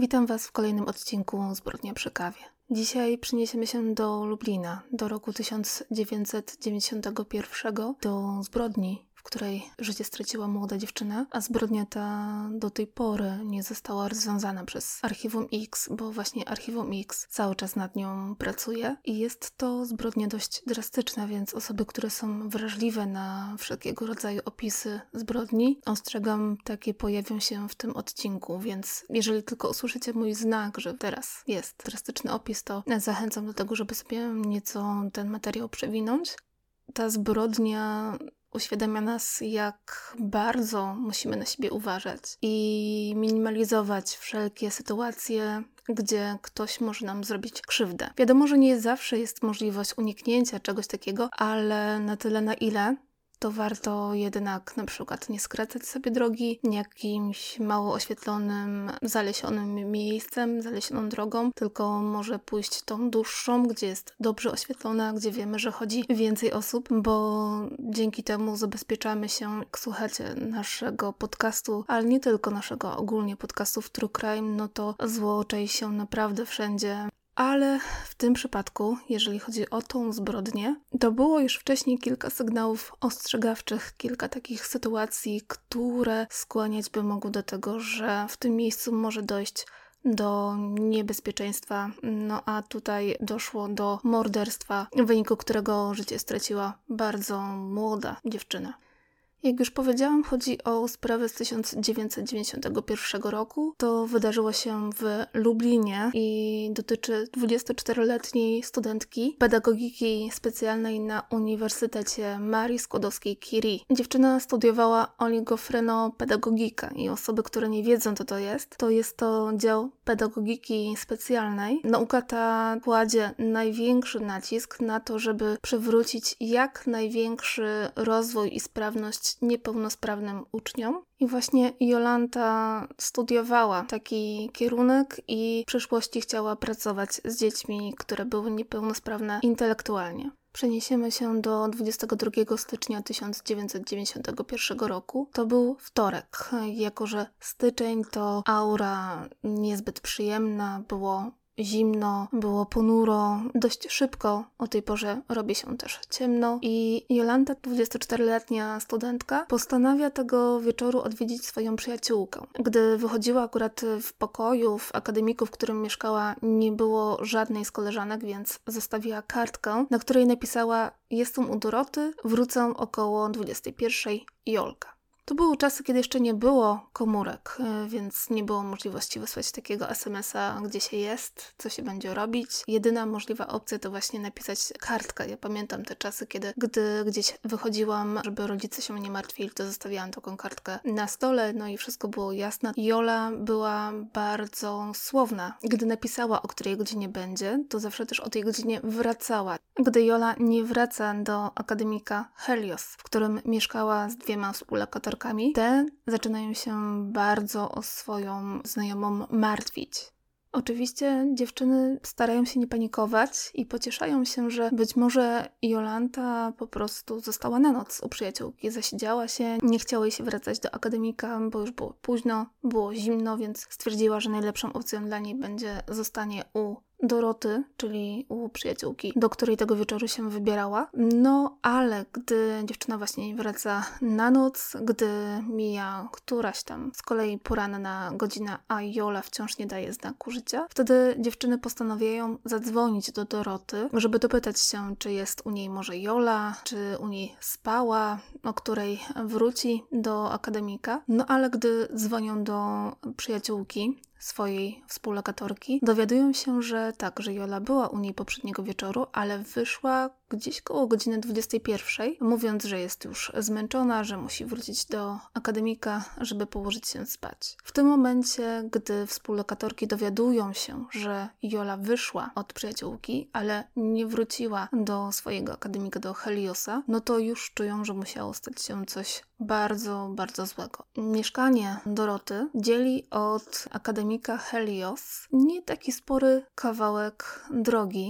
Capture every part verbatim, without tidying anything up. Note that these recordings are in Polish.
Witam Was w kolejnym odcinku Zbrodnia przy kawie. Dzisiaj przeniesiemy się do Lublina, do roku tysiąc dziewięćset dziewięćdziesiątego pierwszego, do zbrodni, w której życie straciła młoda dziewczyna, a zbrodnia ta do tej pory nie została rozwiązana przez Archiwum X, bo właśnie Archiwum X cały czas nad nią pracuje i jest to zbrodnia dość drastyczna, więc osoby, które są wrażliwe na wszelkiego rodzaju opisy zbrodni, ostrzegam, takie pojawią się w tym odcinku, więc jeżeli tylko usłyszycie mój znak, że teraz jest drastyczny opis, to zachęcam do tego, żeby sobie nieco ten materiał przewinąć. Ta zbrodnia uświadamia nas, jak bardzo musimy na siebie uważać i minimalizować wszelkie sytuacje, gdzie ktoś może nam zrobić krzywdę. Wiadomo, że nie zawsze jest możliwość uniknięcia czegoś takiego, ale na tyle, na ile to warto jednak na przykład nie skracać sobie drogi jakimś mało oświetlonym, zalesionym miejscem, zalesioną drogą, tylko może pójść tą dłuższą, gdzie jest dobrze oświetlona, gdzie wiemy, że chodzi więcej osób, bo dzięki temu zabezpieczamy się, jak słuchacie naszego podcastu, ale nie tylko naszego, ogólnie podcastów True Crime, no to zło czai się naprawdę wszędzie. Ale w tym przypadku, jeżeli chodzi o tą zbrodnię, to było już wcześniej kilka sygnałów ostrzegawczych, kilka takich sytuacji, które skłaniać by mogły do tego, że w tym miejscu może dojść do niebezpieczeństwa, no a tutaj doszło do morderstwa, w wyniku którego życie straciła bardzo młoda dziewczyna. Jak już powiedziałam, chodzi o sprawę z tysiąc dziewięćset dziewięćdziesiątego pierwszego roku. To wydarzyło się w Lublinie i dotyczy dwudziestoczteroletniej studentki pedagogiki specjalnej na Uniwersytecie Marii Skłodowskiej-Curie. Dziewczyna studiowała oligofrenopedagogikę i osoby, które nie wiedzą, co to jest, to jest to dział pedagogiki specjalnej. Nauka ta kładzie największy nacisk na to, żeby przywrócić jak największy rozwój i sprawność niepełnosprawnym uczniom. I właśnie Jolanta studiowała taki kierunek i w przyszłości chciała pracować z dziećmi, które były niepełnosprawne intelektualnie. Przeniesiemy się do dwudziestego drugiego stycznia tysiąc dziewięćset dziewięćdziesiątego pierwszego roku. To był wtorek, jako że styczeń to aura niezbyt przyjemna, było zimno, było ponuro, dość szybko o tej porze robi się też ciemno i Jolanta, dwudziestoczteroletnia studentka, postanawia tego wieczoru odwiedzić swoją przyjaciółkę. Gdy wychodziła akurat w pokoju, w akademiku, w którym mieszkała, nie było żadnej z koleżanek, więc zostawiła kartkę, na której napisała: jestem u Doroty, wrócę około dwudziestej pierwszej, Jolka. To były czasy, kiedy jeszcze nie było komórek, więc nie było możliwości wysłać takiego es em es a, gdzie się jest, co się będzie robić. Jedyna możliwa opcja to właśnie napisać kartkę. Ja pamiętam te czasy, kiedy gdy gdzieś wychodziłam, żeby rodzice się nie martwili, to zostawiałam taką kartkę na stole, no i wszystko było jasne. Jola była bardzo słowna. Gdy napisała, o której godzinie będzie, to zawsze też o tej godzinie wracała. Gdy Jola nie wraca do akademika Helios, w którym mieszkała z dwiema współlokatorkami, te zaczynają się bardzo o swoją znajomą martwić. Oczywiście dziewczyny starają się nie panikować i pocieszają się, że być może Jolanta po prostu została na noc u przyjaciółki, zasiedziała się, nie chciała jej się wracać do akademika, bo już było późno, było zimno, więc stwierdziła, że najlepszą opcją dla niej będzie zostanie u Doroty, czyli u przyjaciółki, do której tego wieczoru się wybierała. No, ale gdy dziewczyna właśnie wraca na noc, gdy mija któraś tam z kolei poranna godzina, a Jola wciąż nie daje znaku życia, wtedy dziewczyny postanawiają zadzwonić do Doroty, żeby dopytać się, czy jest u niej może Jola, czy u niej spała, o której wróci do akademika. No, ale gdy dzwonią do przyjaciółki, swojej współlokatorki, dowiadują się, że tak, że Jola była u niej poprzedniego wieczoru, ale wyszła gdzieś koło godziny dwudziestej pierwszej, mówiąc, że jest już zmęczona, że musi wrócić do akademika, żeby położyć się spać. W tym momencie, gdy współlokatorki dowiadują się, że Jola wyszła od przyjaciółki, ale nie wróciła do swojego akademika, do Heliosa, no to już czują, że musiało stać się coś bardzo, bardzo złego. Mieszkanie Doroty dzieli od akademika Helios nie taki spory kawałek drogi.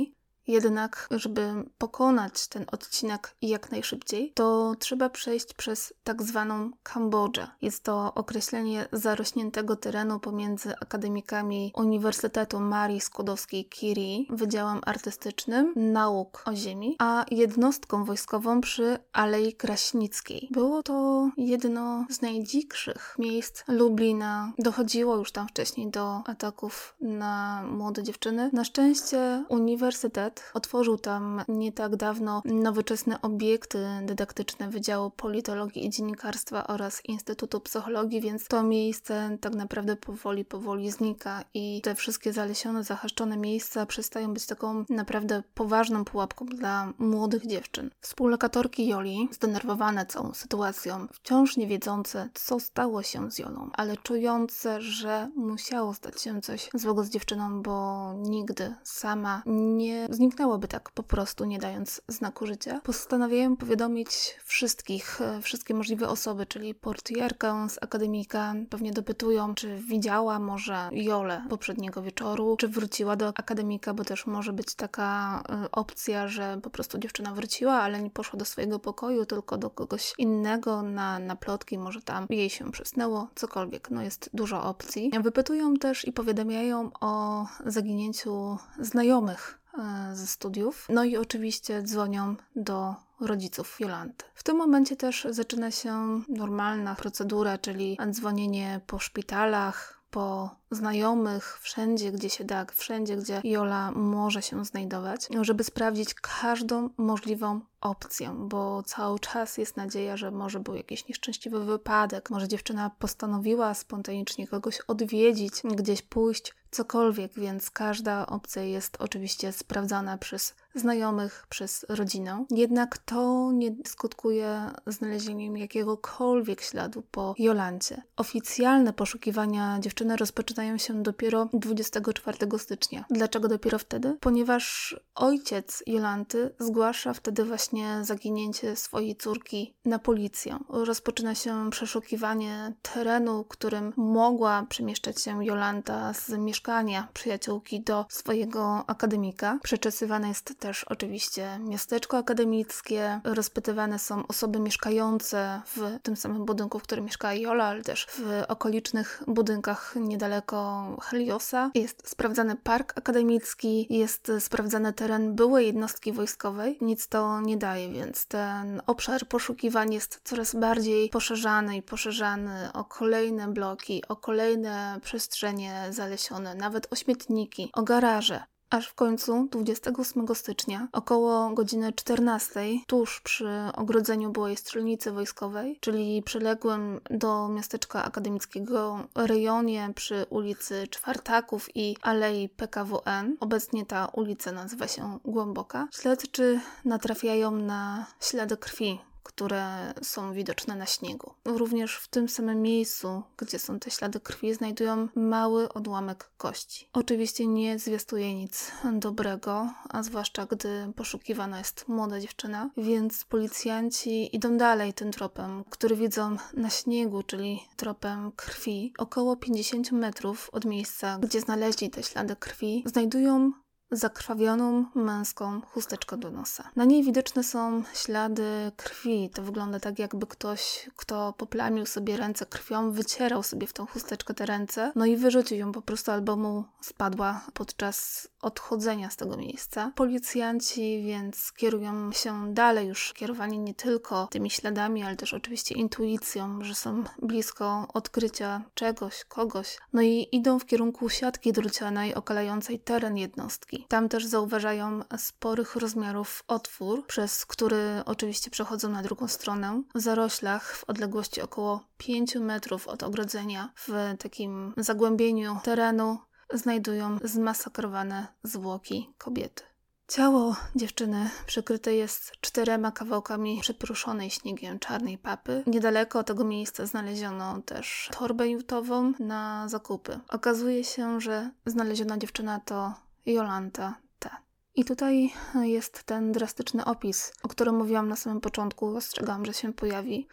Jednak, żeby pokonać ten odcinek jak najszybciej, to trzeba przejść przez tak zwaną Kambodżę. Jest to określenie zarośniętego terenu pomiędzy akademikami Uniwersytetu Marii Skłodowskiej-Curie, Wydziałem Artystycznym Nauk o Ziemi, a jednostką wojskową przy Alei Kraśnickiej. Było to jedno z najdzikszych miejsc Lublina. Dochodziło już tam wcześniej do ataków na młode dziewczyny. Na szczęście uniwersytet otworzył tam nie tak dawno nowoczesne obiekty dydaktyczne Wydziału Politologii i Dziennikarstwa oraz Instytutu Psychologii, więc to miejsce tak naprawdę powoli, powoli znika i te wszystkie zalesione, zahaszczone miejsca przestają być taką naprawdę poważną pułapką dla młodych dziewczyn. Współlokatorki Joli, zdenerwowane całą sytuacją, wciąż nie wiedzące, co stało się z Jolą, ale czujące, że musiało stać się coś złego z dziewczyną, bo nigdy sama nie zniknęłaby tak po prostu, nie dając znaku życia, postanawiają powiadomić wszystkich, wszystkie możliwe osoby, czyli portierkę z akademika, pewnie dopytują, czy widziała może Jolę poprzedniego wieczoru, czy wróciła do akademika, bo też może być taka y, opcja, że po prostu dziewczyna wróciła, ale nie poszła do swojego pokoju, tylko do kogoś innego na, na plotki, może tam jej się przysnęło, cokolwiek. No jest dużo opcji. Wypytują też i powiadamiają o zaginięciu znajomych ze studiów. No i oczywiście dzwonią do rodziców Jolanty. W tym momencie też zaczyna się normalna procedura, czyli dzwonienie po szpitalach, po znajomych, wszędzie gdzie się da, wszędzie gdzie Jola może się znajdować, żeby sprawdzić każdą możliwą opcję, bo cały czas jest nadzieja, że może był jakiś nieszczęśliwy wypadek, może dziewczyna postanowiła spontanicznie kogoś odwiedzić, gdzieś pójść, cokolwiek, więc każda opcja jest oczywiście sprawdzana przez znajomych, przez rodzinę. Jednak to nie skutkuje znalezieniem jakiegokolwiek śladu po Jolancie. Oficjalne poszukiwania dziewczyny rozpoczynają się dopiero dwudziestego czwartego stycznia. Dlaczego dopiero wtedy? Ponieważ ojciec Jolanty zgłasza wtedy właśnie zaginięcie swojej córki na policję. Rozpoczyna się przeszukiwanie terenu, którym mogła przemieszczać się Jolanta z mieszkania przyjaciółki do swojego akademika. Przeczesywane jest też oczywiście miasteczko akademickie, rozpytywane są osoby mieszkające w tym samym budynku, w którym mieszkała Jola, ale też w okolicznych budynkach niedaleko Heliosa. Jest sprawdzany park akademicki, jest sprawdzany teren byłej jednostki wojskowej. Nic to nie daje, więc ten obszar poszukiwań jest coraz bardziej poszerzany i poszerzany o kolejne bloki, o kolejne przestrzenie zalesione, nawet o śmietniki, o garaże. Aż w końcu dwudziestego ósmego stycznia około godziny czternastej tuż przy ogrodzeniu byłej strzelnicy wojskowej, czyli przyległym do miasteczka akademickiego rejonie przy ulicy Czwartaków i Alei P K W N, obecnie ta ulica nazywa się Głęboka, śledczy natrafiają na ślady krwi, które są widoczne na śniegu. Również w tym samym miejscu, gdzie są te ślady krwi, znajdują mały odłamek kości. Oczywiście nie zwiastuje nic dobrego, a zwłaszcza gdy poszukiwana jest młoda dziewczyna, więc policjanci idą dalej tym tropem, który widzą na śniegu, czyli tropem krwi. Około pięćdziesiąt metrów od miejsca, gdzie znaleźli te ślady krwi, znajdują zakrwawioną męską chusteczkę do nosa. Na niej widoczne są ślady krwi. To wygląda tak, jakby ktoś, kto poplamił sobie ręce krwią, wycierał sobie w tą chusteczkę te ręce, no i wyrzucił ją po prostu, albo mu spadła podczas odchodzenia z tego miejsca. Policjanci więc kierują się dalej, już kierowani nie tylko tymi śladami, ale też oczywiście intuicją, że są blisko odkrycia czegoś, kogoś. No i idą w kierunku siatki drucianej okalającej teren jednostki. Tam też zauważają sporych rozmiarów otwór, przez który oczywiście przechodzą na drugą stronę. W zaroślach w odległości około pięciu metrów od ogrodzenia, w takim zagłębieniu terenu, znajdują zmasakrowane zwłoki kobiety. Ciało dziewczyny przykryte jest czterema kawałkami przepruszonej śniegiem czarnej papy. Niedaleko tego miejsca znaleziono też torbę jutową na zakupy. Okazuje się, że znaleziona dziewczyna to Jolanta T. I tutaj jest ten drastyczny opis, o którym mówiłam na samym początku, ostrzegałam, że się pojawi.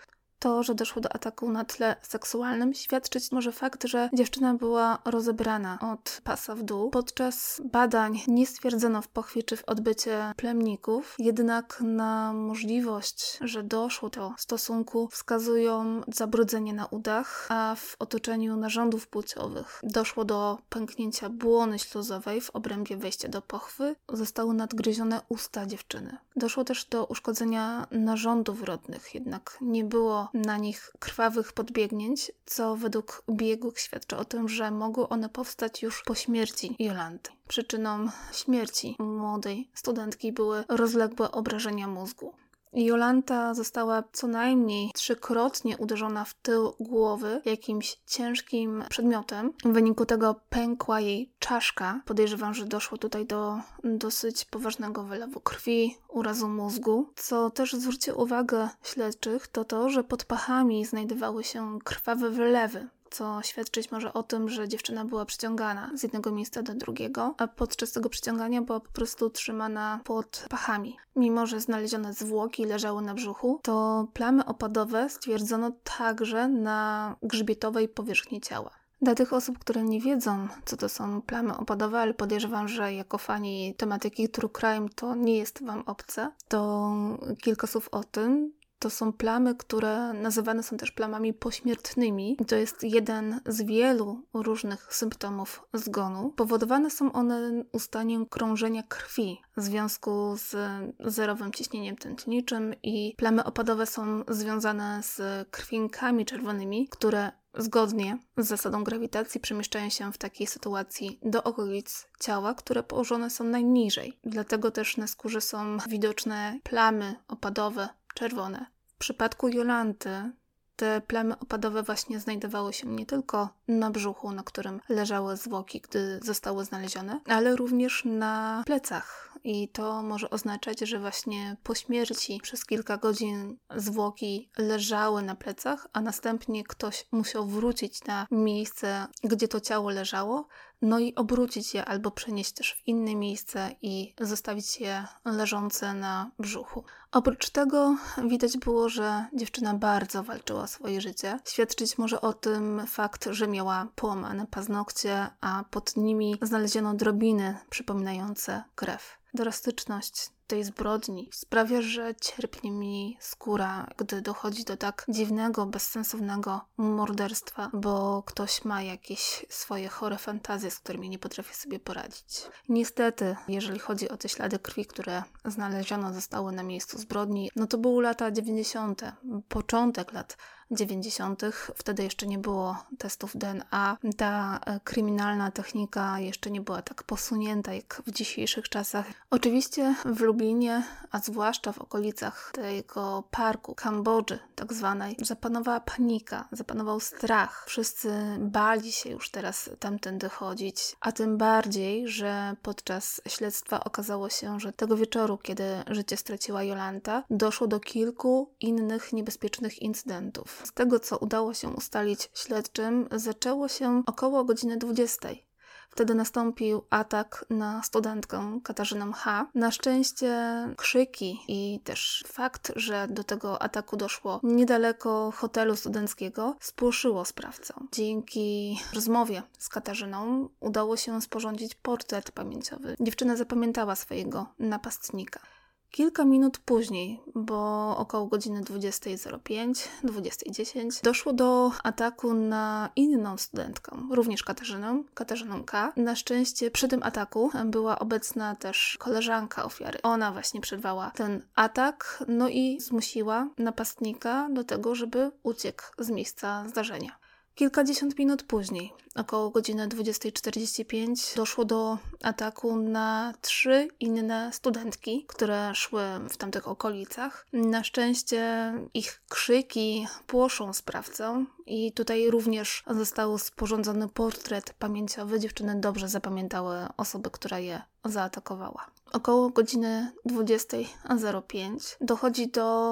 To, że doszło do ataku na tle seksualnym, świadczyć może fakt, że dziewczyna była rozebrana od pasa w dół. Podczas badań nie stwierdzono w pochwie czy w odbycie plemników, jednak na możliwość, że doszło do stosunku, wskazują zabrudzenie na udach, a w otoczeniu narządów płciowych doszło do pęknięcia błony śluzowej w obrębie wejścia do pochwy. Zostały nadgryzione usta dziewczyny. Doszło też do uszkodzenia narządów rodnych, jednak nie było na nich krwawych podbiegnięć, co według biegłych świadczy o tym, że mogły one powstać już po śmierci Jolanty. Przyczyną śmierci młodej studentki były rozległe obrażenia mózgu. Jolanta została co najmniej trzykrotnie uderzona w tył głowy jakimś ciężkim przedmiotem. W wyniku tego pękła jej czaszka. Podejrzewam, że doszło tutaj do dosyć poważnego wylewu krwi, urazu mózgu. Co też zwróci uwagę śledczych, to to, że pod pachami znajdowały się krwawe wylewy, co świadczyć może o tym, że dziewczyna była przyciągana z jednego miejsca do drugiego, a podczas tego przyciągania była po prostu trzymana pod pachami. Mimo że znalezione zwłoki leżały na brzuchu, to plamy opadowe stwierdzono także na grzbietowej powierzchni ciała. Dla tych osób, które nie wiedzą, co to są plamy opadowe, ale podejrzewam, że jako fani tematyki true crime to nie jest wam obce, to kilka słów o tym. To są plamy, które nazywane są też plamami pośmiertnymi. To jest jeden z wielu różnych symptomów zgonu. Powodowane są one ustaniem krążenia krwi w związku z zerowym ciśnieniem tętniczym i plamy opadowe są związane z krwinkami czerwonymi, które zgodnie z zasadą grawitacji przemieszczają się w takiej sytuacji do okolic ciała, które położone są najniżej. Dlatego też na skórze są widoczne plamy opadowe czerwone. W przypadku Jolanty te plamy opadowe właśnie znajdowały się nie tylko na brzuchu, na którym leżały zwłoki, gdy zostały znalezione, ale również na plecach. I to może oznaczać, że właśnie po śmierci przez kilka godzin zwłoki leżały na plecach, a następnie ktoś musiał wrócić na miejsce, gdzie to ciało leżało, no i obrócić je albo przenieść też w inne miejsce i zostawić je leżące na brzuchu. Oprócz tego widać było, że dziewczyna bardzo walczyła o swoje życie. Świadczyć może o tym fakt, że miała połamane paznokcie, a pod nimi znaleziono drobiny przypominające krew. Drastyczność tej zbrodni sprawia, że cierpnie mi skóra, gdy dochodzi do tak dziwnego, bezsensownego morderstwa, bo ktoś ma jakieś swoje chore fantazje, z którymi nie potrafi sobie poradzić. Niestety, jeżeli chodzi o te ślady krwi, które znaleziono zostały na miejscu zbrodni, no to były lata dziewięćdziesiąte, początek lat dziewięćdziesiątych. Wtedy jeszcze nie było testów D N A. Ta kryminalna technika jeszcze nie była tak posunięta jak w dzisiejszych czasach. Oczywiście w Lublinie, a zwłaszcza w okolicach tego parku Kambodży tak zwanej, zapanowała panika, zapanował strach. Wszyscy bali się już teraz tamtędy chodzić, a tym bardziej, że podczas śledztwa okazało się, że tego wieczoru, kiedy życie straciła Jolanta, doszło do kilku innych niebezpiecznych incydentów. Z tego, co udało się ustalić śledczym, zaczęło się około godziny dwudziestej. Wtedy nastąpił atak na studentkę Katarzynę H. Na szczęście krzyki i też fakt, że do tego ataku doszło niedaleko hotelu studenckiego, spłoszyło sprawcę. Dzięki rozmowie z Katarzyną udało się sporządzić portret pamięciowy. Dziewczyna zapamiętała swojego napastnika. Kilka minut później, bo około godziny dwudziestej zero pięć, dwudziestej dziesięć, doszło do ataku na inną studentkę, również Katarzynę, Katarzynę K. Na szczęście przy tym ataku była obecna też koleżanka ofiary. Ona właśnie przerwała ten atak, no i zmusiła napastnika do tego, żeby uciekł z miejsca zdarzenia. Kilkadziesiąt minut później, około godziny dwudziestej czterdzieści pięć, doszło do ataku na trzy inne studentki, które szły w tamtych okolicach. Na szczęście ich krzyki płoszą sprawcę i tutaj również został sporządzony portret pamięciowy. Dziewczyny dobrze zapamiętały osobę, która je zaatakowała. Około godziny dwudziestej zero pięć dochodzi do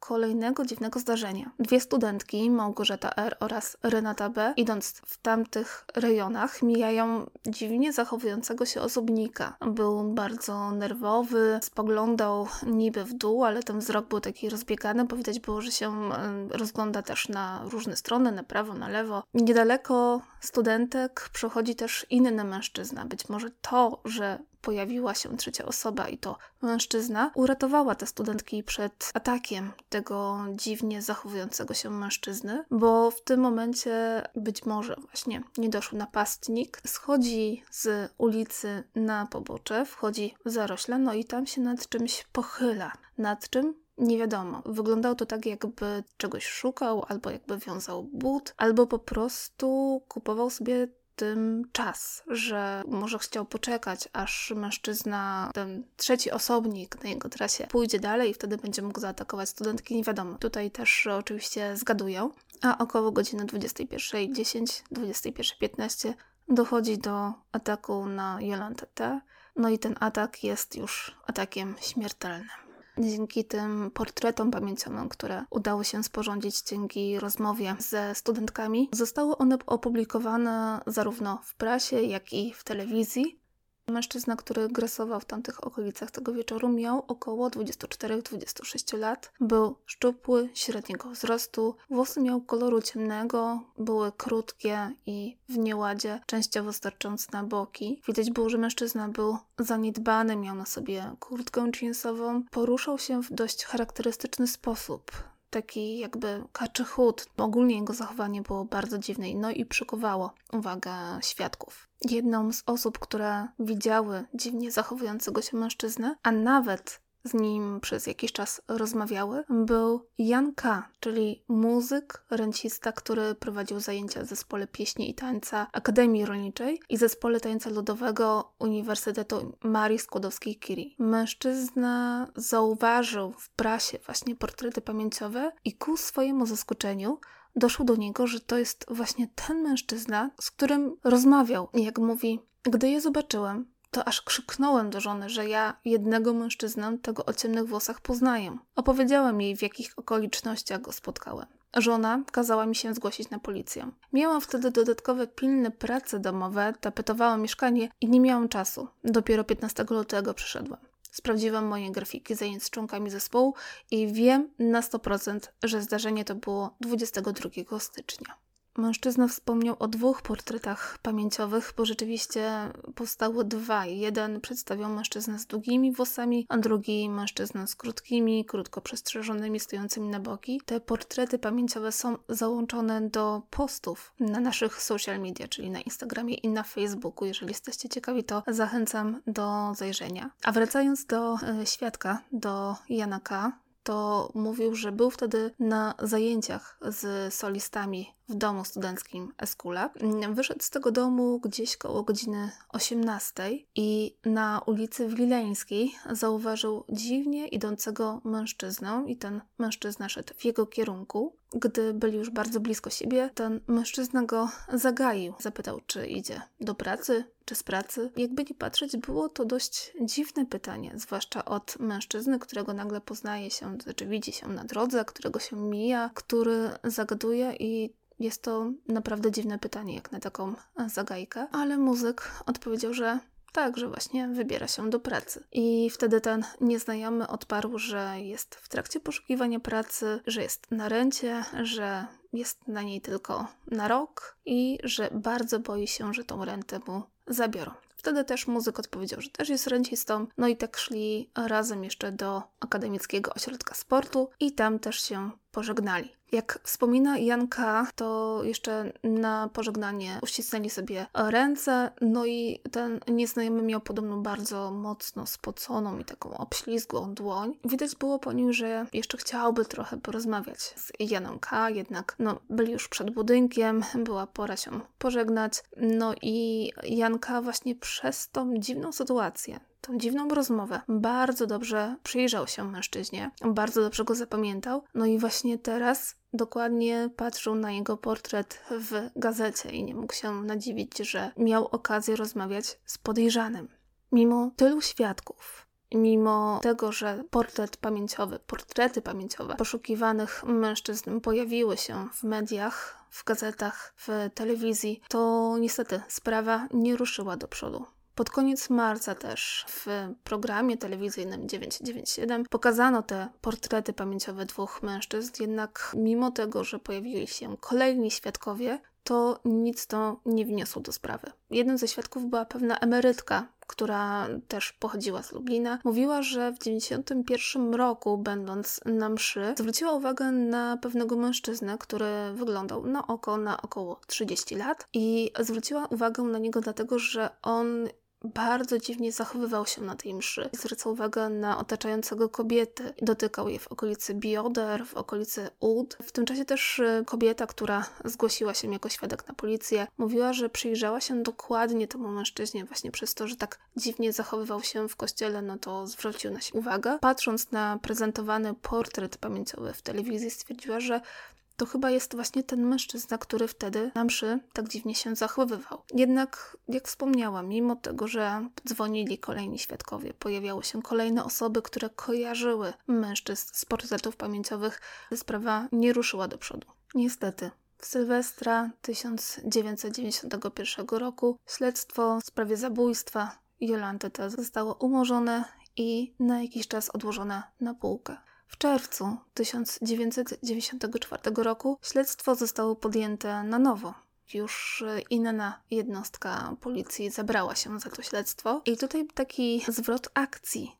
kolejnego dziwnego zdarzenia. Dwie studentki, Małgorzata R. oraz Renata B., idąc w tamtych rejonach, mijają dziwnie zachowującego się osobnika. Był bardzo nerwowy, spoglądał niby w dół, ale ten wzrok był taki rozbiegany, bo widać było, że się rozgląda też na różne strony, na prawo, na lewo. Niedaleko studentek przechodzi też inny mężczyzna. Być może to, że pojawiła się trzecia osoba i to mężczyzna, uratowała te studentki przed atakiem tego dziwnie zachowującego się mężczyzny, bo w tym momencie być może właśnie niedoszły napastnik schodzi z ulicy na pobocze, wchodzi w zarośle, no i tam się nad czymś pochyla. Nad czym? Nie wiadomo. Wyglądało to tak, jakby czegoś szukał, albo jakby wiązał but, albo po prostu kupował sobie tym czas, że może chciał poczekać, aż mężczyzna, ten trzeci osobnik na jego trasie pójdzie dalej i wtedy będzie mógł zaatakować studentki. Nie wiadomo. Tutaj też oczywiście zgaduję. A około godziny dwudziestej pierwszej dziesięć, dwudziestej pierwszej piętnaście dochodzi do ataku na Jolantę T. No i ten atak jest już atakiem śmiertelnym. Dzięki tym portretom pamięciowym, które udało się sporządzić dzięki rozmowie ze studentkami, zostały one opublikowane zarówno w prasie, jak i w telewizji. Mężczyzna, który grasował w tamtych okolicach tego wieczoru, miał około dwadzieścia cztery do dwudziestu sześciu lat. Był szczupły, średniego wzrostu, włosy miał koloru ciemnego, były krótkie i w nieładzie, częściowo starcząc na boki. Widać było, że mężczyzna był zaniedbany, miał na sobie kurtkę jeansową, poruszał się w dość charakterystyczny sposób. Taki jakby kaczy chód. Ogólnie jego zachowanie było bardzo dziwne, no i przykuwało uwagę świadków. Jedną z osób, które widziały dziwnie zachowującego się mężczyznę, a nawet z nim przez jakiś czas rozmawiały, był Jan K., czyli muzyk, rencista, który prowadził zajęcia w zespole pieśni i tańca Akademii Rolniczej i zespole tańca ludowego Uniwersytetu Marii Skłodowskiej-Curie. Mężczyzna zauważył w prasie właśnie portrety pamięciowe i ku swojemu zaskoczeniu doszło do niego, że to jest właśnie ten mężczyzna, z którym rozmawiał. I jak mówi, gdy je zobaczyłem, to aż krzyknąłem do żony, że ja jednego mężczyznę, tego o ciemnych włosach, poznaję. Opowiedziałem jej, w jakich okolicznościach go spotkałem. Żona kazała mi się zgłosić na policję. Miałam wtedy dodatkowe pilne prace domowe, tapetowałam mieszkanie i nie miałam czasu. Dopiero piętnastego lutego przyszedłem. Sprawdziłam moje grafiki zajęć z członkami zespołu i wiem na sto procent, że zdarzenie to było dwudziestego drugiego stycznia. Mężczyzna wspomniał o dwóch portretach pamięciowych, bo rzeczywiście powstały dwa. Jeden przedstawiał mężczyznę z długimi włosami, a drugi mężczyznę z krótkimi, krótko przestrzeżonymi, stojącymi na boki. Te portrety pamięciowe są załączone do postów na naszych social media, czyli na Instagramie i na Facebooku. Jeżeli jesteście ciekawi, to zachęcam do zajrzenia. A wracając do e, świadka, do Jana K., to mówił, że był wtedy na zajęciach z solistami w domu studenckim Eskule. Wyszedł z tego domu gdzieś koło godziny osiemnastej i na ulicy Wileńskiej zauważył dziwnie idącego mężczyznę i ten mężczyzna szedł w jego kierunku. Gdy byli już bardzo blisko siebie, ten mężczyzna go zagaił. Zapytał, czy idzie do pracy, czy z pracy. Jakby nie patrzeć, było to dość dziwne pytanie, zwłaszcza od mężczyzny, którego nagle poznaje się, znaczy widzi się na drodze, którego się mija, który zagaduje i jest to naprawdę dziwne pytanie, jak na taką zagajkę. Ale muzyk odpowiedział, że tak, że właśnie wybiera się do pracy. I wtedy ten nieznajomy odparł, że jest w trakcie poszukiwania pracy, że jest na rencie, że jest na niej tylko na rok i że bardzo boi się, że tą rentę mu zabiorą. Wtedy też muzyk odpowiedział, że też jest rencistą, no i tak szli razem jeszcze do Akademickiego Ośrodka Sportu i tam też się pożegnali. Jak wspomina Jan K., to jeszcze na pożegnanie uścisnęli sobie ręce, no i ten nieznajomy miał podobno bardzo mocno spoconą i taką obślizgłą dłoń. Widać było po nim, że jeszcze chciałby trochę porozmawiać z Janem K., jednak no, byli już przed budynkiem, była pora się pożegnać, no i Jan K. właśnie przez tą dziwną sytuację, tą dziwną rozmowę bardzo dobrze przyjrzał się mężczyźnie, bardzo dobrze go zapamiętał, no i właśnie teraz dokładnie patrzył na jego portret w gazecie i nie mógł się nadziwić, że miał okazję rozmawiać z podejrzanym. Mimo tylu świadków, Mimo tego, że portret pamięciowy, portrety pamięciowe poszukiwanych mężczyzn pojawiły się w mediach, w gazetach, w telewizji, to niestety sprawa nie ruszyła do przodu. Pod koniec marca też w programie telewizyjnym dziewięćset dziewięćdziesiąt siedem pokazano te portrety pamięciowe dwóch mężczyzn, jednak mimo tego, że pojawili się kolejni świadkowie, to nic to nie wniosło do sprawy. Jednym ze świadków była pewna emerytka, która też pochodziła z Lublina. Mówiła, że w dziewięćdziesiątym pierwszym roku, będąc na mszy, zwróciła uwagę na pewnego mężczyznę, który wyglądał na oko na około trzydzieści lat i zwróciła uwagę na niego dlatego, że on bardzo dziwnie zachowywał się na tej mszy. Zwracał uwagę na otaczającego kobiety. Dotykał je w okolicy bioder, w okolicy ud. W tym czasie też kobieta, która zgłosiła się jako świadek na policję, mówiła, że przyjrzała się dokładnie temu mężczyźnie właśnie przez to, że tak dziwnie zachowywał się w kościele, no to zwrócił na siebie uwagę. Patrząc na prezentowany portret pamięciowy w telewizji, stwierdziła, że to chyba jest właśnie ten mężczyzna, który wtedy na mszy tak dziwnie się zachowywał. Jednak, jak wspomniałam, mimo tego, że dzwonili kolejni świadkowie, pojawiały się kolejne osoby, które kojarzyły mężczyzn z portretów pamięciowych, sprawa nie ruszyła do przodu. Niestety, w Sylwestra tysiąc dziewięćset dziewięćdziesiątego pierwszego roku śledztwo w sprawie zabójstwa Jolanty T. zostało umorzone i na jakiś czas odłożone na półkę. W czerwcu tysiąc dziewięćset dziewięćdziesiątego czwartego roku śledztwo zostało podjęte na nowo. Już inna jednostka policji zabrała się za to śledztwo. I tutaj taki zwrot akcji,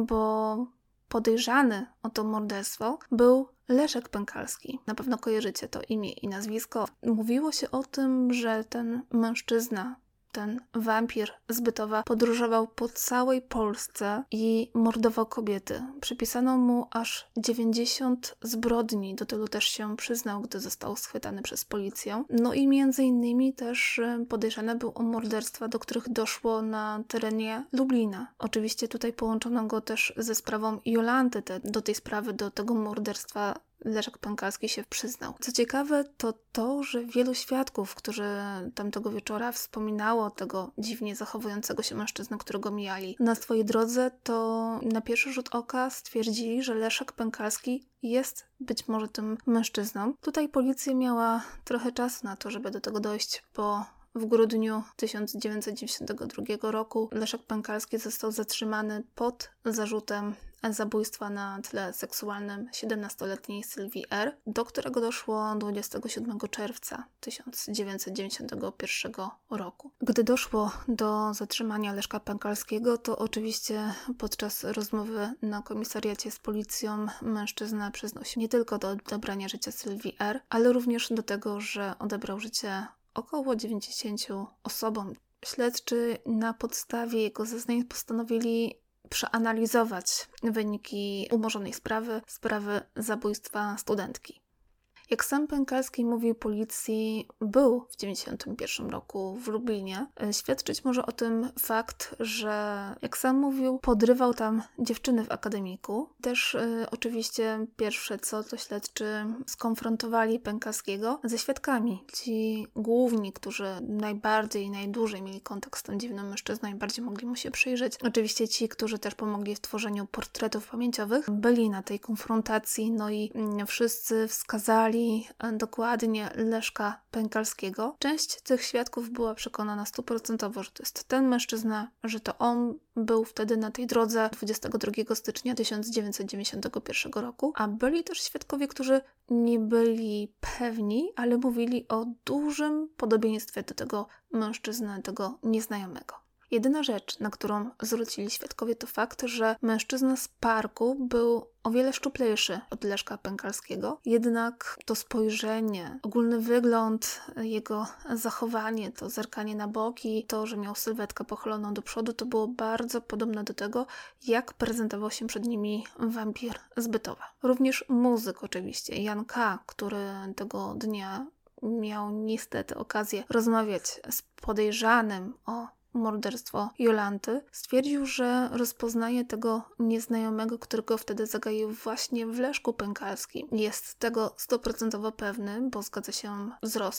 bo podejrzany o to morderstwo był Leszek Pękalski. Na pewno kojarzycie to imię i nazwisko. Mówiło się o tym, że ten mężczyzna, ten wampir z Bytowa podróżował po całej Polsce i mordował kobiety. Przypisano mu aż dziewięćdziesiąt zbrodni, do tylu też się przyznał, gdy został schwytany przez policję. No i między innymi też podejrzany był o morderstwa, do których doszło na terenie Lublina. Oczywiście tutaj połączono go też ze sprawą Jolanty. Te, do tej sprawy, do tego morderstwa Leszek Pękalski się przyznał. Co ciekawe, to to, że wielu świadków, którzy tamtego wieczora wspominało tego dziwnie zachowującego się mężczyznę, którego mijali na swojej drodze, to na pierwszy rzut oka stwierdzili, że Leszek Pękalski jest być może tym mężczyzną. Tutaj policja miała trochę czasu na to, żeby do tego dojść, bo w grudniu tysiąc dziewięćset dziewięćdziesiątego drugiego roku Leszek Pękalski został zatrzymany pod zarzutem zabójstwa na tle seksualnym siedemnastoletniej Sylwii R., do którego doszło dwudziestego siódmego czerwca tysiąc dziewięćset dziewięćdziesiątego pierwszego roku. Gdy doszło do zatrzymania Leszka Pękalskiego, to oczywiście podczas rozmowy na komisariacie z policją mężczyzna przyznał się nie tylko do odebrania życia Sylwii R., ale również do tego, że odebrał życie około dziewięćdziesięciu osobom. Śledczy na podstawie jego zeznań postanowili przeanalizować wyniki umorzonej sprawy, sprawy zabójstwa studentki. Jak sam Pękalski mówił policji, był w dziewięćdziesiątym pierwszym roku w Lublinie. Świadczyć może o tym fakt, że jak sam mówił, podrywał tam dziewczyny w akademiku. Też y, oczywiście pierwsze co, to śledczy skonfrontowali Pękalskiego ze świadkami. Ci główni, którzy najbardziej i najdłużej mieli kontakt z tym dziwnym mężczyzną, najbardziej mogli mu się przyjrzeć. Oczywiście ci, którzy też pomogli w tworzeniu portretów pamięciowych, byli na tej konfrontacji, no i y, wszyscy wskazali dokładnie Leszka Pękalskiego. Część tych świadków była przekonana stuprocentowo, że to jest ten mężczyzna, że to on był wtedy na tej drodze dwudziestego drugiego stycznia tysiąc dziewięćset dziewięćdziesiątego pierwszego roku, a byli też świadkowie, którzy nie byli pewni, ale mówili o dużym podobieństwie do tego mężczyzny, tego nieznajomego. Jedyna rzecz, na którą zwrócili świadkowie, to fakt, że mężczyzna z parku był o wiele szczuplejszy od Leszka Pękalskiego, jednak to spojrzenie, ogólny wygląd, jego zachowanie, to zerkanie na boki, to, że miał sylwetkę pochyloną do przodu, to było bardzo podobne do tego, jak prezentował się przed nimi wampir z Bytowa. Również muzyk oczywiście, Jan K., który tego dnia miał niestety okazję rozmawiać z podejrzanym o morderstwo Jolanty, stwierdził, że rozpoznaje tego nieznajomego, którego wtedy zagaił właśnie w Leszku Pękalskim. Jest tego stuprocentowo pewny, bo zgadza się wzrost,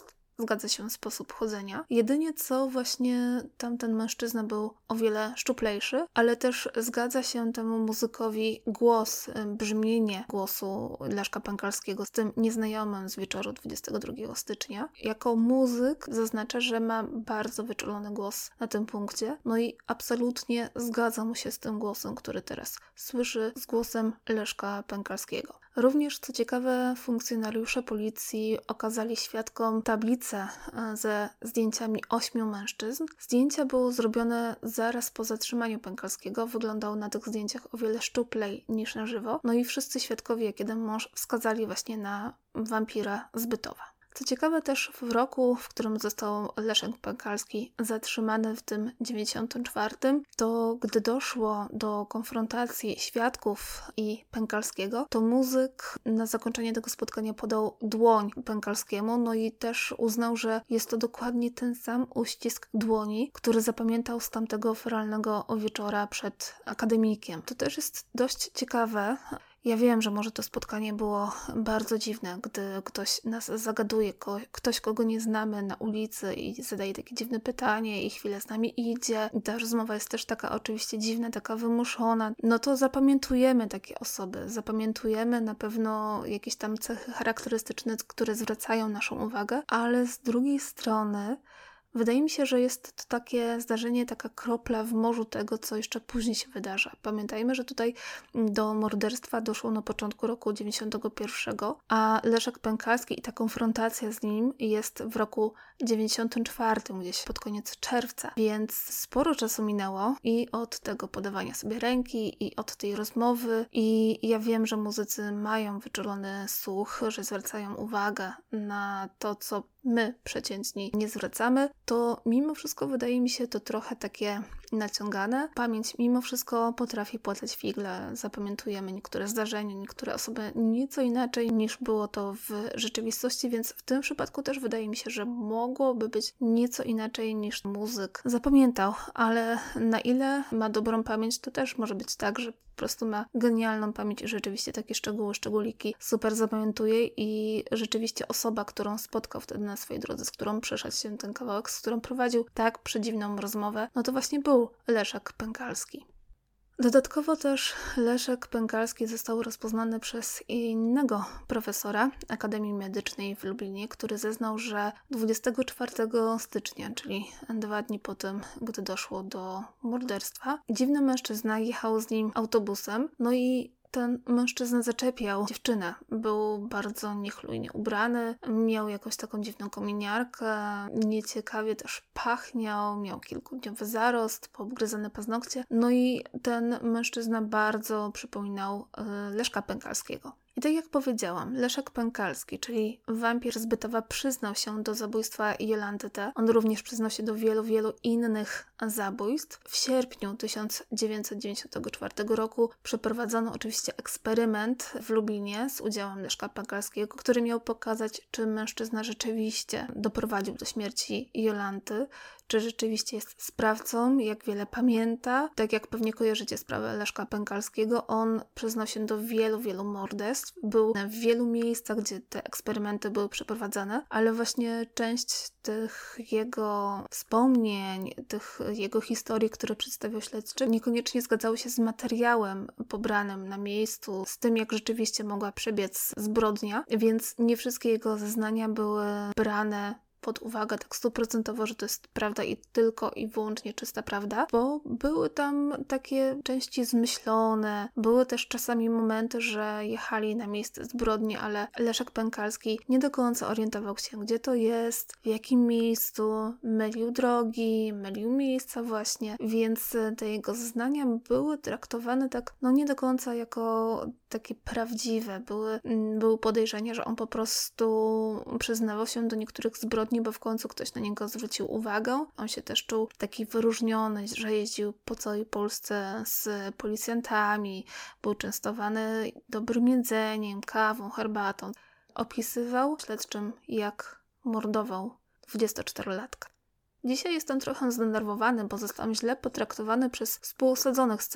zgadza się sposób chodzenia. Jedynie co właśnie tamten mężczyzna był o wiele szczuplejszy, ale też zgadza się temu muzykowi głos, brzmienie głosu Leszka Pękalskiego z tym nieznajomym z wieczoru dwudziestego drugiego stycznia. Jako muzyk zaznacza, że ma bardzo wyczulony głos na tym punkcie, no i absolutnie zgadza mu się z tym głosem, który teraz słyszy, z głosem Leszka Pękalskiego. Również, co ciekawe, funkcjonariusze policji okazali świadkom tablicę ze zdjęciami ośmiu mężczyzn. Zdjęcia było zrobione zaraz po zatrzymaniu Pękalskiego. Wyglądał na tych zdjęciach o wiele szczuplej niż na żywo. No i wszyscy świadkowie, jak jeden mąż, wskazali właśnie na wampira z Bytowa. Co ciekawe też w roku, w którym został Leszek Pękalski zatrzymany w tym dziewięćdziesiątym czwartym, to gdy doszło do konfrontacji świadków i Pękalskiego, to muzyk na zakończenie tego spotkania podał dłoń Pękalskiemu, no i też uznał, że jest to dokładnie ten sam uścisk dłoni, który zapamiętał z tamtego feralnego wieczora przed akademikiem. To też jest dość ciekawe. Ja wiem, że może to spotkanie było bardzo dziwne, gdy ktoś nas zagaduje, ko- ktoś, kogo nie znamy na ulicy i zadaje takie dziwne pytanie i chwilę z nami idzie. I ta rozmowa jest też taka oczywiście dziwna, taka wymuszona. No to zapamiętujemy takie osoby, zapamiętujemy na pewno jakieś tam cechy charakterystyczne, które zwracają naszą uwagę, ale z drugiej strony wydaje mi się, że jest to takie zdarzenie, taka kropla w morzu tego, co jeszcze później się wydarza. Pamiętajmy, że tutaj do morderstwa doszło na początku roku dziewięćdziesiątego pierwszego, a Leszek Pękalski i ta konfrontacja z nim jest w roku dziewięćdziesiątym czwartym, gdzieś pod koniec czerwca. Więc sporo czasu minęło i od tego podawania sobie ręki, i od tej rozmowy. I ja wiem, że muzycy mają wyczulony słuch, że zwracają uwagę na to, co my, przeciętni, nie zwracamy, to mimo wszystko wydaje mi się to trochę takie naciągane. Pamięć mimo wszystko potrafi płatać figle. Zapamiętujemy niektóre zdarzenia, niektóre osoby nieco inaczej niż było to w rzeczywistości, więc w tym przypadku też wydaje mi się, że mogłoby być nieco inaczej niż muzyk zapamiętał, ale na ile ma dobrą pamięć, to też może być tak, że po prostu ma genialną pamięć i rzeczywiście takie szczegóły, szczególiki super zapamiętuje i rzeczywiście osoba, którą spotkał wtedy na swojej drodze, z którą przeszedł się ten kawałek, z którą prowadził tak przedziwną rozmowę, no to właśnie był Leszek Pękalski. Dodatkowo też Leszek Pękalski został rozpoznany przez innego profesora Akademii Medycznej w Lublinie, który zeznał, że dwudziestego czwartego stycznia, czyli dwa dni po tym, gdy doszło do morderstwa, dziwny mężczyzna jechał z nim autobusem, no i ten mężczyzna zaczepiał dziewczynę. Był bardzo niechlujnie ubrany, miał jakąś taką dziwną kominiarkę, nieciekawie też pachniał, miał kilkudniowy zarost, poobgryzane paznokcie. No i ten mężczyzna bardzo przypominał y, Leszka Pękalskiego. I tak jak powiedziałam, Leszek Pękalski, czyli wampir z Bytowa, przyznał się do zabójstwa Jolanty T. On również przyznał się do wielu, wielu innych zabójstw. W sierpniu tysiąc dziewięćset dziewięćdziesiątego czwartego roku przeprowadzono oczywiście eksperyment w Lublinie z udziałem Leszka Pękalskiego, który miał pokazać, czy mężczyzna rzeczywiście doprowadził do śmierci Jolanty, czy rzeczywiście jest sprawcą, jak wiele pamięta. Tak jak pewnie kojarzycie sprawę Leszka Pękalskiego, on przyznał się do wielu, wielu morderstw. Był w wielu miejscach, gdzie te eksperymenty były przeprowadzane, ale właśnie część tych jego wspomnień, tych jego historii, które przedstawiał śledczy, niekoniecznie zgadzały się z materiałem pobranym na miejscu, z tym, jak rzeczywiście mogła przebiec zbrodnia, więc nie wszystkie jego zeznania były brane pod uwagę tak stuprocentowo, że to jest prawda i tylko i wyłącznie czysta prawda, bo były tam takie części zmyślone, były też czasami momenty, że jechali na miejsce zbrodni, ale Leszek Pękalski nie do końca orientował się, gdzie to jest, w jakim miejscu, mylił drogi, mylił miejsca właśnie, więc te jego zeznania były traktowane tak, no nie do końca jako takie prawdziwe. Były, były podejrzenia, że on po prostu przyznawał się do niektórych zbrodni, bo w końcu ktoś na niego zwrócił uwagę. On się też czuł taki wyróżniony, że jeździł po całej Polsce z policjantami, był częstowany dobrym jedzeniem, kawą, herbatą. Opisywał śledczym, jak mordował dwudziestoczterolatka. Dzisiaj jestem trochę zdenerwowany, bo zostałam źle potraktowany przez współosadzonych z celi.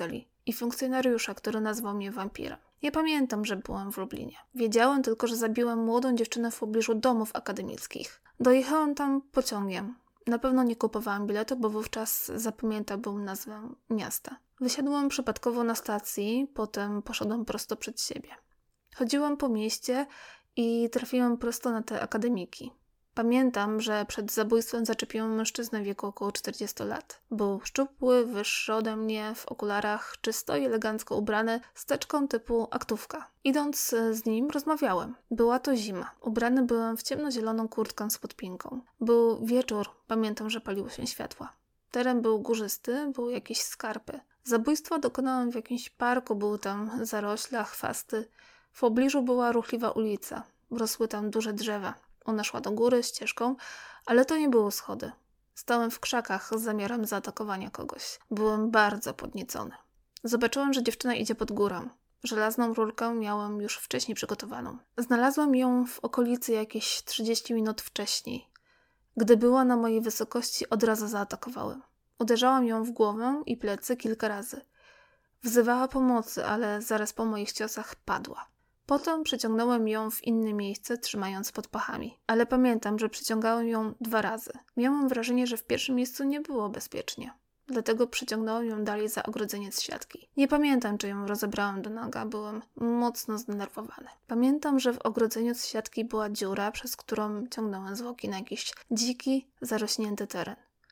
i funkcjonariusza, który nazwał mnie wampirem. Nie pamiętam, że byłam w Lublinie. Wiedziałem tylko, że zabiłem młodą dziewczynę w pobliżu domów akademickich. Dojechałam tam pociągiem. Na pewno nie kupowałam biletu, bo wówczas zapamiętałbym nazwę miasta. Wysiadłam przypadkowo na stacji, potem poszedłem prosto przed siebie. Chodziłam po mieście i trafiłam prosto na te akademiki. Pamiętam, że przed zabójstwem zaczepiłam mężczyznę w wieku około czterdziestu lat. Był szczupły, wyższy ode mnie, w okularach, czysto i elegancko ubrany, z teczką typu aktówka. Idąc z nim rozmawiałem. Była to zima. Ubrany byłem w ciemnozieloną kurtkę z podpinką. Był wieczór, pamiętam, że paliły się światła. Teren był górzysty, były jakieś skarpy. Zabójstwa dokonałem w jakimś parku, były tam zarośla, chwasty. W pobliżu była ruchliwa ulica. Rosły tam duże drzewa. Ona szła do góry ścieżką, ale to nie były schody. Stałem w krzakach z zamiarem zaatakowania kogoś. Byłem bardzo podniecony. Zobaczyłem, że dziewczyna idzie pod górę. Żelazną rurkę miałem już wcześniej przygotowaną. Znalazłem ją w okolicy jakieś trzydzieści minut wcześniej. Gdy była na mojej wysokości, od razu zaatakowałem. Uderzałam ją w głowę i plecy kilka razy. Wzywała pomocy, ale zaraz po moich ciosach padła. Potem przyciągnąłem ją w inne miejsce, trzymając pod pachami. Ale pamiętam, że przyciągałem ją dwa razy. Miałem wrażenie, że w pierwszym miejscu nie było bezpiecznie. Dlatego przyciągnąłem ją dalej za ogrodzenie z siatki. Nie pamiętam, czy ją rozebrałem do naga, byłem mocno zdenerwowany. Pamiętam, że w ogrodzeniu z siatki była dziura, przez którą ciągnąłem zwłoki na jakiś dziki, zarośnięty teren.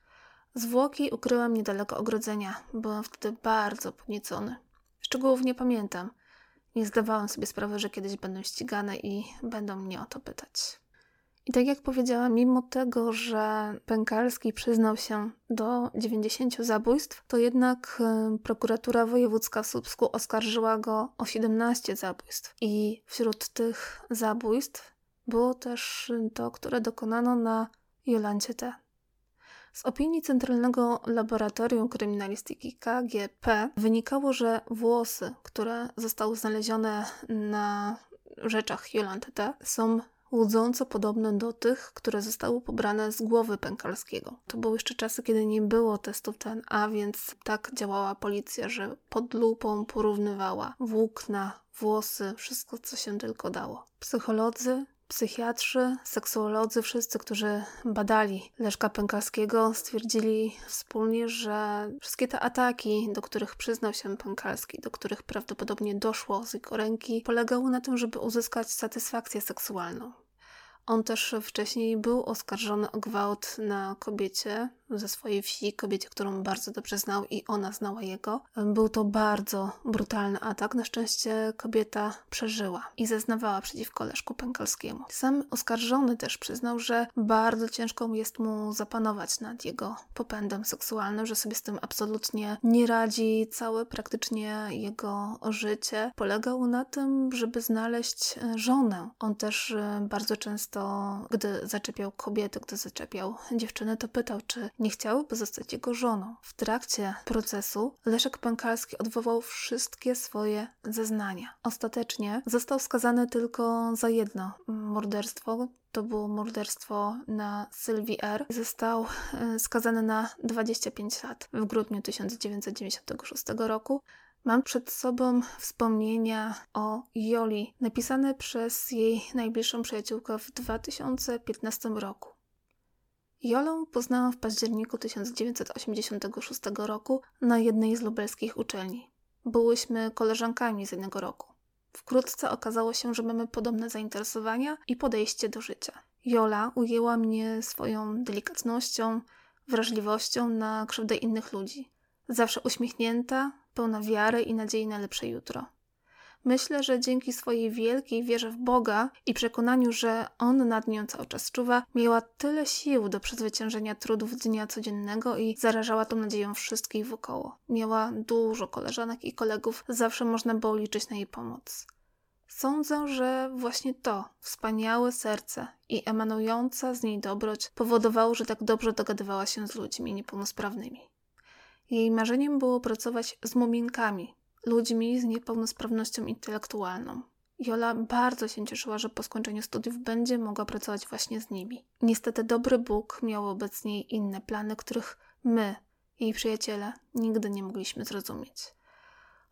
Zwłoki ukryłem niedaleko ogrodzenia. Byłem wtedy bardzo podniecony. Szczegółów nie pamiętam. Nie zdawałam sobie sprawy, że kiedyś będę ścigane i będą mnie o to pytać. I tak jak powiedziałam, mimo tego, że Pękalski przyznał się do dziewięćdziesięciu zabójstw, to jednak y, prokuratura wojewódzka w Słupsku oskarżyła go o siedemnaście zabójstw. I wśród tych zabójstw było też to, które dokonano na Jolancie T. Z opinii Centralnego Laboratorium Kryminalistyki K G P wynikało, że włosy, które zostały znalezione na rzeczach Jolanty T, są łudząco podobne do tych, które zostały pobrane z głowy Pękalskiego. To były jeszcze czasy, kiedy nie było testów D N A, więc tak działała policja, że pod lupą porównywała włókna, włosy, wszystko, co się tylko dało. Psycholodzy, psychiatrzy, seksuolodzy, wszyscy, którzy badali Leszka Pękalskiego, stwierdzili wspólnie, że wszystkie te ataki, do których przyznał się Pękalski, do których prawdopodobnie doszło z jego ręki, polegały na tym, żeby uzyskać satysfakcję seksualną. On też wcześniej był oskarżony o gwałt na kobiecie ze swojej wsi, kobiecie, którą bardzo dobrze znał i ona znała jego. Był to bardzo brutalny atak. Na szczęście kobieta przeżyła i zeznawała przeciwko Leszku Pękalskiemu. Sam oskarżony też przyznał, że bardzo ciężko jest mu zapanować nad jego popędem seksualnym, że sobie z tym absolutnie nie radzi. Całe praktycznie jego życie polegało na tym, żeby znaleźć żonę. On też bardzo często to gdy zaczepiał kobiety, gdy zaczepiał dziewczyny, to pytał, czy nie chciałyby zostać jego żoną. W trakcie procesu Leszek Pękalski odwołał wszystkie swoje zeznania. Ostatecznie został skazany tylko za jedno morderstwo. To było morderstwo na Sylwii R. Został skazany na dwadzieścia pięć lat w grudniu tysiąc dziewięćset dziewięćdziesiątego szóstego roku. Mam przed sobą wspomnienia o Joli, napisane przez jej najbliższą przyjaciółkę w dwa tysiące piętnastym roku. Jolę poznałam w październiku tysiąc dziewięćset osiemdziesiątego szóstego roku na jednej z lubelskich uczelni. Byłyśmy koleżankami z jednego roku. Wkrótce okazało się, że mamy podobne zainteresowania i podejście do życia. Jola ujęła mnie swoją delikatnością, wrażliwością na krzywdę innych ludzi. Zawsze uśmiechnięta, pełna wiary i nadziei na lepsze jutro. Myślę, że dzięki swojej wielkiej wierze w Boga i przekonaniu, że On nad nią cały czas czuwa, miała tyle sił do przezwyciężenia trudów dnia codziennego i zarażała tą nadzieją wszystkich wokoło. Miała dużo koleżanek i kolegów, zawsze można było liczyć na jej pomoc. Sądzę, że właśnie to, wspaniałe serce i emanująca z niej dobroć powodowało, że tak dobrze dogadywała się z ludźmi niepełnosprawnymi. Jej marzeniem było pracować z muminkami, ludźmi z niepełnosprawnością intelektualną. Jola bardzo się cieszyła, że po skończeniu studiów będzie mogła pracować właśnie z nimi. Niestety dobry Bóg miał wobec niej inne plany, których my, jej przyjaciele, nigdy nie mogliśmy zrozumieć.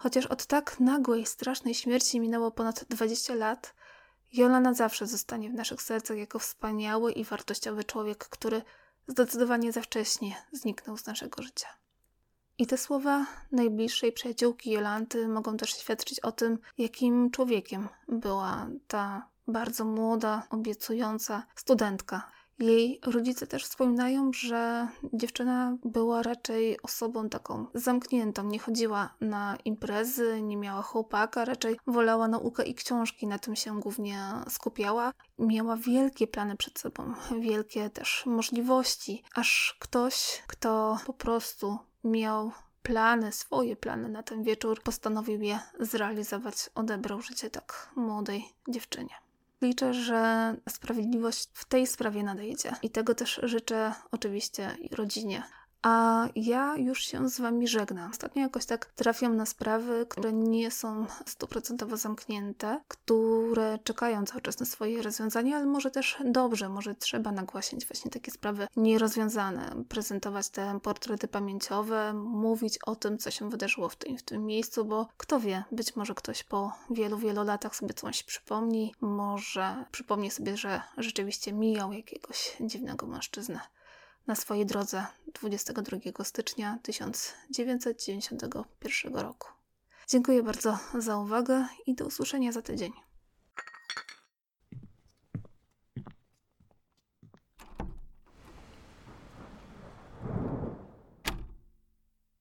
Chociaż od tak nagłej, strasznej śmierci minęło ponad dwadzieścia lat, Jolana zawsze zostanie w naszych sercach jako wspaniały i wartościowy człowiek, który zdecydowanie za wcześnie zniknął z naszego życia. I te słowa najbliższej przyjaciółki Jolanty mogą też świadczyć o tym, jakim człowiekiem była ta bardzo młoda, obiecująca studentka. Jej rodzice też wspominają, że dziewczyna była raczej osobą taką zamkniętą, nie chodziła na imprezy, nie miała chłopaka, raczej wolała naukę i książki, na tym się głównie skupiała. Miała wielkie plany przed sobą, wielkie też możliwości, aż ktoś, kto po prostu miał plany, swoje plany na ten wieczór, postanowił je zrealizować, odebrał życie tak młodej dziewczynie. Liczę, że sprawiedliwość w tej sprawie nadejdzie i tego też życzę oczywiście rodzinie. A ja już się z Wami żegnam. Ostatnio jakoś tak trafiam na sprawy, które nie są stuprocentowo zamknięte, które czekają cały czas na swoje rozwiązanie, ale może też dobrze, może trzeba nagłaśniać właśnie takie sprawy nierozwiązane, prezentować te portrety pamięciowe, mówić o tym, co się wydarzyło w tym, w tym miejscu, bo kto wie, być może ktoś po wielu, wielu latach sobie coś przypomni, może przypomni sobie, że rzeczywiście mijał jakiegoś dziwnego mężczyznę na swojej drodze dwudziestego drugiego stycznia tysiąc dziewięćset dziewięćdziesiątego pierwszego roku. Dziękuję bardzo za uwagę i do usłyszenia za tydzień.